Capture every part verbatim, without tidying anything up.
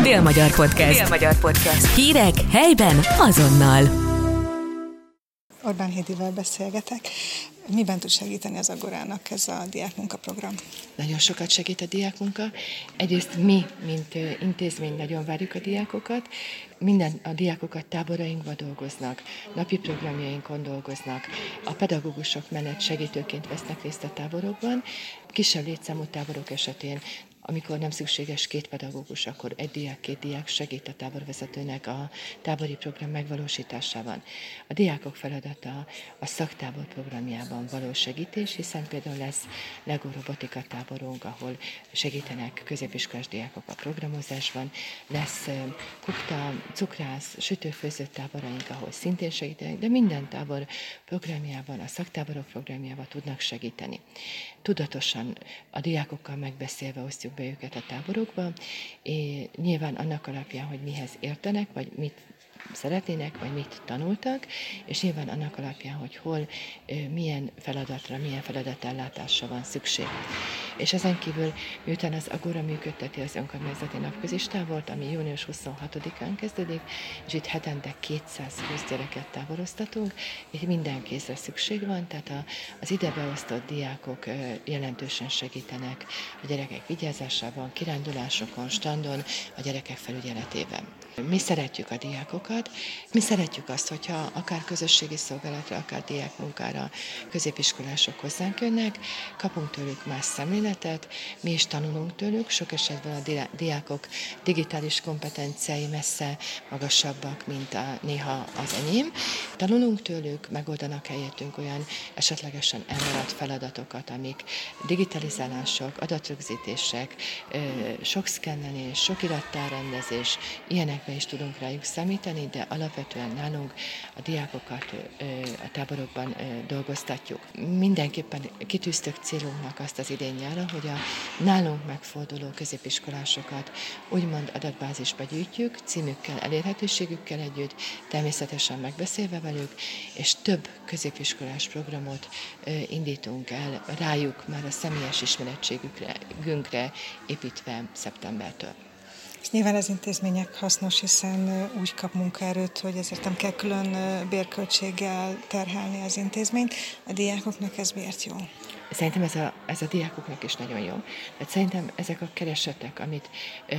Dél-Magyar Podcast. Dél-Magyar Podcast. Hírek helyben azonnal. Orbán Hédivel beszélgetek. Miben tud segíteni az Agorának ez a diákmunkaprogram? Nagyon sokat segít a diákmunka. Egyrészt mi, mint intézmény nagyon várjuk a diákokat. Minden a diákokat táborainkban dolgoznak, napi programjainkon dolgoznak. A pedagógusok menet segítőként vesznek részt a táborokban. Kisebb létszámú táborok esetén, amikor nem szükséges két pedagógus, akkor egy diák, két diák segít a táborvezetőnek a tábori program megvalósításában. A diákok feladata a szaktábor programjában való segítés, hiszen például lesz Lego robotika táborunk, ahol segítenek középiskolás diákok a programozásban, lesz kukta, cukrász, sütőfőző táboraink, ahol szintén segítenek, de minden tábor programjában, a szaktáborok programjában tudnak segíteni. Tudatosan a diákokkal megbeszélve osztjuk be őket a táborokba, és nyilván annak alapján, hogy mihez értenek, vagy mit szeretnének, vagy mit tanultak, és nyilván annak alapján, hogy hol, milyen feladatra, milyen feladatellátásra van szükség. És ezen kívül, miután az Agora működteti az önkormányzati napközistábort, ami június huszonhatodikán kezdődik, és itt hetente kétszázhúsz gyereket táboroztatunk, itt minden kézre szükség van, tehát a, az ide beosztott diákok jelentősen segítenek a gyerekek vigyázásában, kirándulásokon, strandon, a gyerekek felügyeletében. Mi szeretjük a diákokat, mi szeretjük azt, hogyha akár közösségi szolgálatra, akár diákmunkára középiskolások hozzánk jönnek, kapunk tőlük más szemléletet, mi is tanulunk tőlük, sok esetben a diákok digitális kompetenciái messze magasabbak, mint a, néha az enyém. Tanulunk tőlük, megoldanak helyettünk olyan esetlegesen elmaradt feladatokat, amik digitalizálások, adatrögzítések, sok szkennelés, sok irattárrendezés, ilyenek is tudunk rájuk számítani, de alapvetően nálunk a diákokat a táborokban dolgoztatjuk. Mindenképpen kitűztük célunknak azt az idén nyára, hogy a nálunk megforduló középiskolásokat úgymond adatbázisba gyűjtjük, címükkel, elérhetőségükkel együtt, természetesen megbeszélve velük, és több középiskolás programot indítunk el rájuk már a személyes ismerettségünkre építve szeptembertől. És nyilván az intézmények hasznos, hiszen úgy kap munkaerőt, hogy ezért nem kell külön bérköltséggel terhelni az intézményt. A diákoknak ez miért jó? Szerintem ez a, ez a diákoknak is nagyon jó. Tehát szerintem ezek a keresetek, amit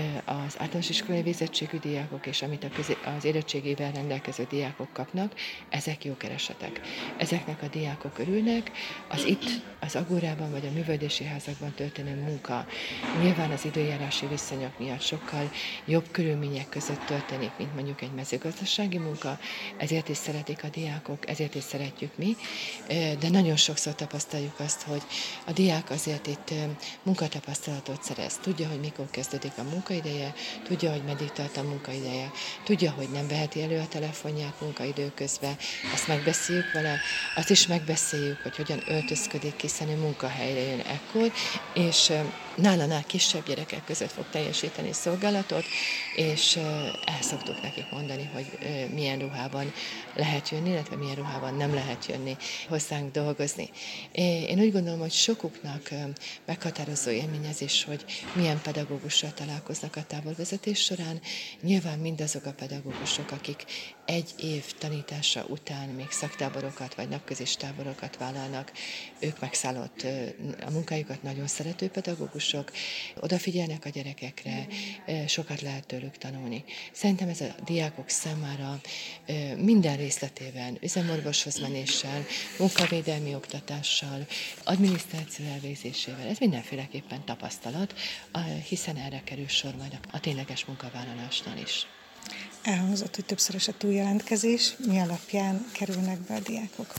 az általános iskolai végzettségű diákok és amit a közé, az érettségével rendelkező diákok kapnak, ezek jó keresetek. Ezeknek a diákok örülnek. Az itt, az Agórában vagy a művelődési házakban történő munka nyilván az időjárási viszonyok miatt sokkal jobb körülmények között történik, mint mondjuk egy mezőgazdasági munka. Ezért is szeretik a diákok, ezért is szeretjük mi, de nagyon sokszor tapasztaljuk azt, hogy a diák azért itt munkatapasztalatot szerez. Tudja, hogy mikor kezdődik a munkaideje, tudja, hogy meddig tart a munkaideje, tudja, hogy nem veheti elő a telefonját munkaidő közben, azt megbeszéljük vele, azt is megbeszéljük, hogy hogyan öltözködik, hiszen ő munkahelyre jön ekkor, és nálánál kisebb gyerekek között fog teljesíteni szolgálatot, és el szoktuk nekik mondani, hogy milyen ruhában lehet jönni, illetve milyen ruhában nem lehet jönni hozzánk dolgozni. Én úgy gondolom, hogy sokuknak meghatározó élmény ez is, hogy milyen pedagógussal találkoznak a táborvezetés során. Nyilván mindazok a pedagógusok, akik egy év tanítása után még szaktáborokat vagy napközis táborokat vállalnak, ők megszállott a munkájukat nagyon szerető pedagógusok, odafigyelnek a gyerekekre, sokat lehet tőlük tanulni. Szerintem ez a diákok számára minden részletében, üzemorvoshoz menéssel, munkavédelmi oktatással, adminisztráció elvégzésével, ez mindenféleképpen tapasztalat, hiszen erre kerül sor majd a tényleges munkavállalásnál is. Elhangzott, hogy többszörös a túljelentkezés, mi alapján kerülnek be a diákok?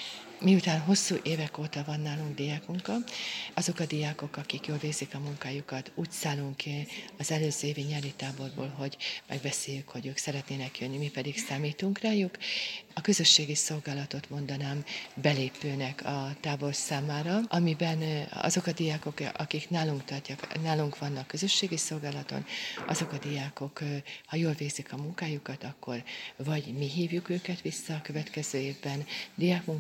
Miután hosszú évek óta van nálunk diákmunka, azok a diákok, akik jól végzik a munkájukat, úgy szállunk ki az előző évi nyári táborból, hogy megbeszéljük, hogy ők szeretnének jönni, mi pedig számítunk rájuk. A közösségi szolgálatot mondanám belépőnek a tábor számára, amiben azok a diákok, akik nálunk, tartják, nálunk vannak közösségi szolgálaton, azok a diákok, ha jól végzik a munkájukat, akkor vagy mi hívjuk őket vissza a következő évben diákmunkára,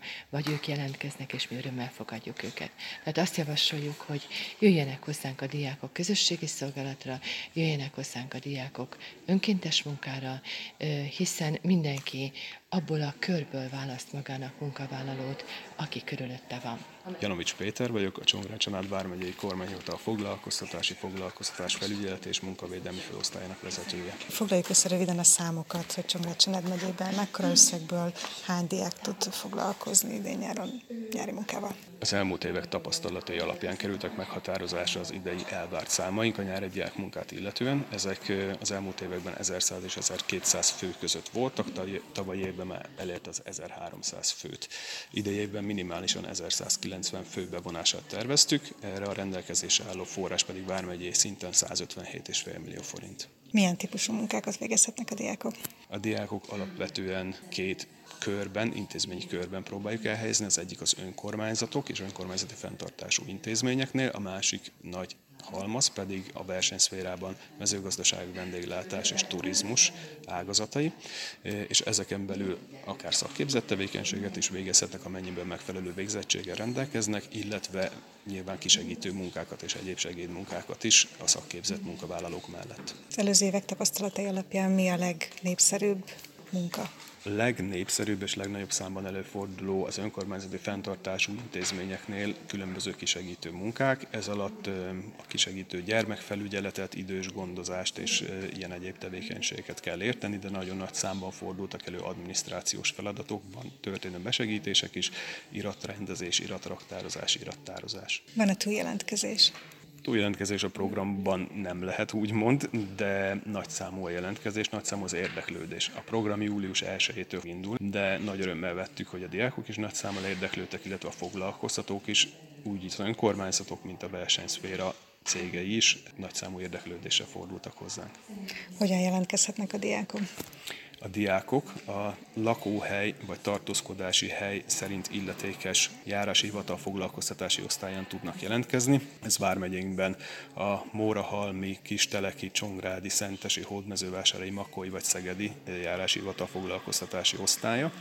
vagy ők jelentkeznek, és mi örömmel fogadjuk őket. Tehát azt javasoljuk, hogy jöjjenek hozzánk a diákok közösségi szolgálatra, jöjjenek hozzánk a diákok önkéntes munkára, hiszen mindenki abból a körből választ magának munkavállalót, aki körülötte van. Janovics Péter vagyok, a Csongrád Csanád vármegyei kormányhivatal foglalkoztatási, foglalkoztatás felügyelet és munkavédelmi főosztályának vezetője. Foglaljuk össze röviden a számokat, hogy Csongrád Csanád megyében mekkora összegből hány diák tud foglalkozni idén-nyáron nyári munkával. Az elmúlt évek tapasztalatai alapján kerültek meghatározásra az idei elvárt számaink a nyári diák munkát illetően. Ezek az elmúlt években ezerszáz és ezerkétszáz fő között voltak, tavaly évben már elért az ezerháromszáz főt. Idei évben minimálisan ezerszázkilencven fő bevonását terveztük, erre a rendelkezésre álló forrás pedig vármegyei szinten százötvenhét egész öt millió forint. Milyen típusú munkákat végezhetnek a diákok? A diákok alapvetően két körben, intézményi körben próbáljuk elhelyezni. Az egyik az önkormányzatok és önkormányzati fenntartású intézményeknél, a másik nagy halmaz pedig a versenyszférában mezőgazdaság, vendéglátás és turizmus ágazatai, és ezeken belül akár szakképzett tevékenységet is végezhetnek, amennyiben megfelelő végzettséggel rendelkeznek, illetve nyilván kisegítő munkákat és egyéb segédmunkákat is a szakképzett munkavállalók mellett. Az előző évek tapasztalatai alapján mi a legnépszerűbb munka? A legnépszerűbb és legnagyobb számban előforduló az önkormányzati fenntartású intézményeknél különböző kisegítő munkák. Ez alatt a kisegítő gyermekfelügyeletet, idős gondozást és ilyen egyéb tevékenységeket kell érteni, de nagyon nagy számban fordultak elő adminisztrációs feladatokban történő besegítések is, iratrendezés, iratraktározás, irattározás. Van-e túljelentkezés? Túljelentkezés a programban nem lehet úgymond, de nagyszámú a jelentkezés, nagyszámú az érdeklődés. A program július elsejétől indul, de nagy örömmel vettük, hogy a diákok is nagy számmal érdeklődtek, illetve a foglalkoztatók is, úgy itt az önkormányzatok, mint a versenyszféra cégei is nagyszámú érdeklődéssel fordultak hozzánk. Hogyan jelentkezhetnek a diákok? A diákok a lakóhely vagy tartózkodási hely szerint illetékes járási hivatal foglalkoztatási osztályán tudnak jelentkezni. Ez vármegyénkben a Mórahalmi, Kisteleki, Csongrádi, Szentesi, Hódmezővásárhelyi, Makói vagy Szegedi járási hivatal foglalkoztatási osztálya,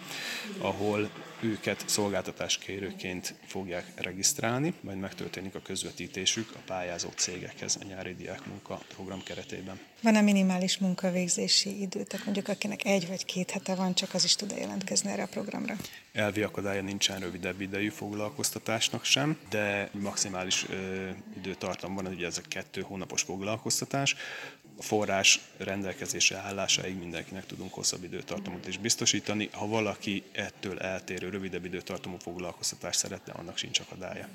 ahol őket szolgáltatáskérőként fogják regisztrálni, majd megtörténik a közvetítésük a pályázó cégekhez a nyári diákmunka program keretében. Van-e minimális munkavégzési idő? Tehát mondjuk akinek egy vagy két hete van, csak az is tud jelentkezni erre a programra? Elvi akadálya nincsen rövidebb idejű foglalkoztatásnak sem, de maximális ö, időtartam van, ugye ez a kettő hónapos foglalkoztatás. A forrás rendelkezésre állásáig mindenkinek tudunk hosszabb időtartamot is biztosítani. Ha valaki ettől eltérő, rövidebb időtartamú foglalkoztatást szeretne, annak sincs akadálya.